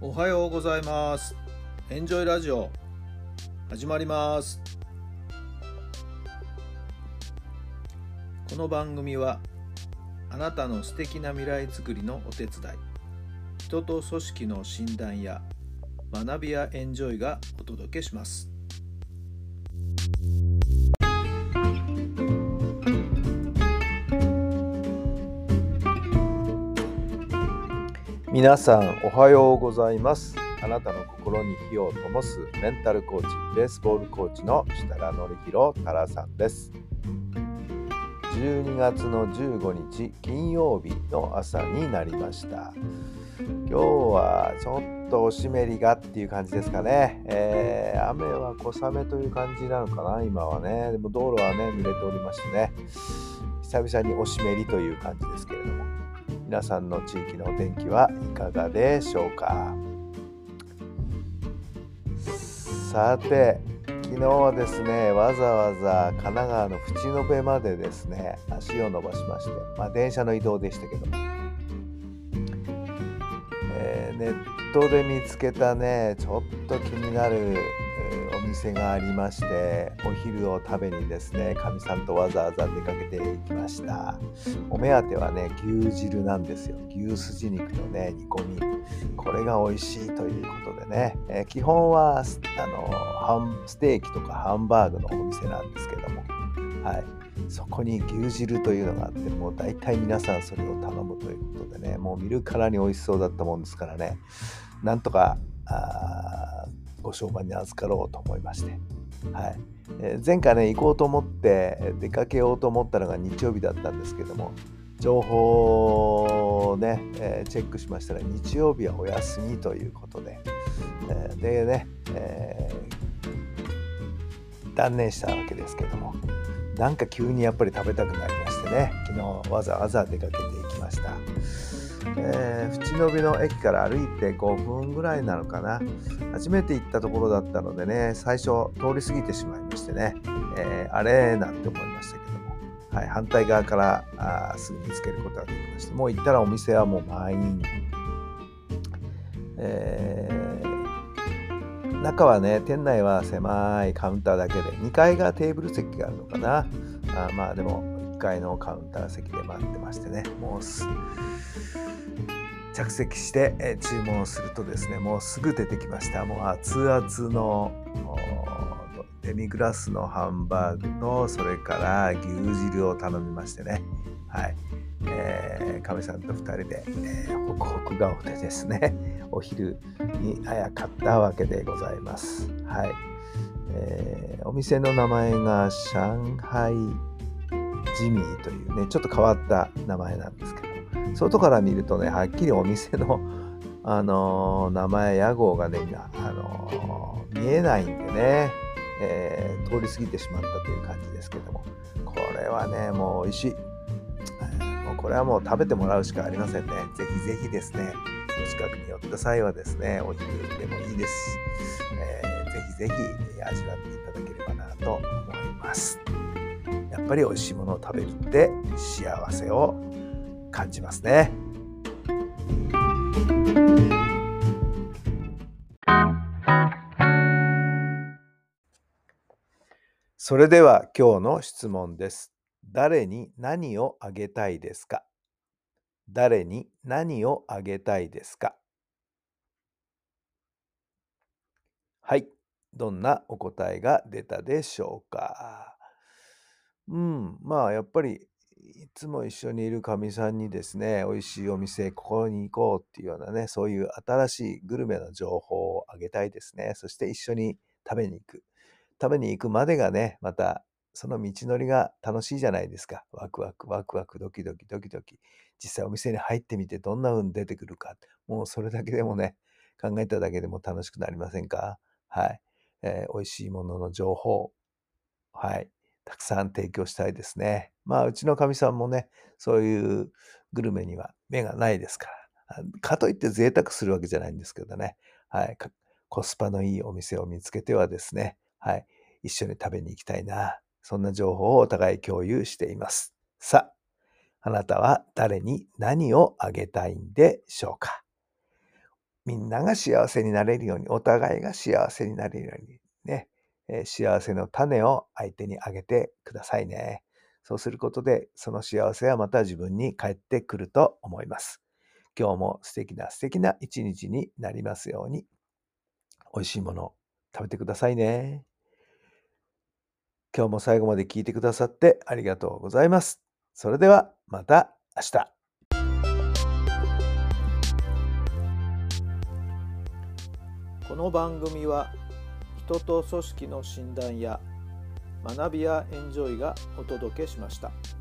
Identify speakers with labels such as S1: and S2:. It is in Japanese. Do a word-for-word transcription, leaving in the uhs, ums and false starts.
S1: おはようございます。エンジョイラジオ始まります。この番組はあなたの素敵な未来づくりのお手伝い、人と組織の診断や学びやエンジョイがお届けします。皆さんおはようございます。あなたの心に火を灯すメンタルコーチ、ベースボールコーチの設楽範弘太良さんです。じゅうにがつのじゅうごにち金曜日の朝になりました。今日はちょっとお湿りがっていう感じですかね、えー、雨は小雨という感じなのかな今はね。でも道路はね濡れておりましてね、久々にお湿りという感じですけれども、皆さんの地域のお天気はいかがでしょうか。さて、昨日はですね、わざわざ神奈川の淵野辺までですね、足を伸ばしまして、まあ電車の移動でしたけども、えー、ネットで見つけたね、ちょっと気になる、えー、お店がありまして、お昼を食べにですね、かみさんとわざわざ出かけていきました。お目当てはね、牛汁なんですよ。牛すじ肉のね、煮込み。これが美味しいということでね、えー、基本はあのハンステーキとかハンバーグのお店なんですけども、はい、そこに牛汁というのがあって、もう大体皆さんそれを頼むということでね、もう見るからに美味しそうだったもんですからね、なんとかあご商売に預かろうと思いまして、はいえー、前回ね行こうと思って出かけようと思ったのが日曜日だったんですけども、情報をね、えー、チェックしましたら日曜日はお休みということで、えー、でね、えー、断念したわけですけども、なんか急にやっぱり食べたくなりましてね、昨日わざわざ出かけていきました。えー、淵野辺の駅から歩いてごふんぐらいなのかな。初めて行ったところだったのでね、最初通り過ぎてしまいましてね、えー、あれなんて思いましたけども、はい、反対側からあすぐ見つけることができまして、もう行ったらお店はもう満員、えー、中はね、店内は狭いカウンターだけで、にかいがテーブル席があるのかな。あまあでもいっかいのカウンター席で待ってましてね、もうす着席して、え注文するとですね、もうすぐ出てきました。もう熱々のデミグラスのハンバーグと、それから牛汁を頼みましてね、はい、えー、かみさんとふたりで、えー、ホクホク顔でですね、お昼にあやかったわけでございます。はい、えー、お店の名前が上海ジミーというね、ちょっと変わった名前なんですけど、外から見るとね、はっきりお店の、あのー、名前屋号がね、あのー、見えないんでね、えー、通り過ぎてしまったという感じですけども、これはねもう美味しい、えー、もうこれはもう食べてもらうしかありませんね。ぜひぜひですね、お近くに寄った際はですね、お昼でもいいですし、えー、ぜひぜひ味わっていただければなと思います。やっぱり美味しいものを食べるって幸せを感じますね。それでは今日の質問です。誰に何をあげたいですか？誰に何をあげたいですか？はい、どんなお答えが出たでしょうか？うん、まあやっぱりいつも一緒にいるかみさんにですね、美味しいお店ここに行こうっていうようなね、そういう新しいグルメの情報をあげたいですね。そして一緒に食べに行く。食べに行くまでがね、またその道のりが楽しいじゃないですか。ワクワクワクワクドキドキドキドキ。実際お店に入ってみてどんな運出てくるか。もうそれだけでもね、考えただけでも楽しくなりませんか？はい。えー、美味しいものの情報。はい。たくさん提供したいですね。まあ、うちのかみさんもね、そういうグルメには目がないですから。かといって贅沢するわけじゃないんですけどね。はい。コスパのいいお店を見つけてはですね、はい。一緒に食べに行きたいな。そんな情報をお互い共有しています。さあ、あなたは誰に何をあげたいんでしょうか？ みんなが幸せになれるように、お互いが幸せになれるようにね、えー幸せの種を相手にあげてくださいね。そうすることで、その幸せはまた自分に返ってくると思います。今日も素敵な素敵な一日になりますように。美味しいもの食べてくださいね。今日も最後まで聞いてくださってありがとうございます。それではまた明日。この番組は人と組織の診断や学びやエンジョイがお届けしました。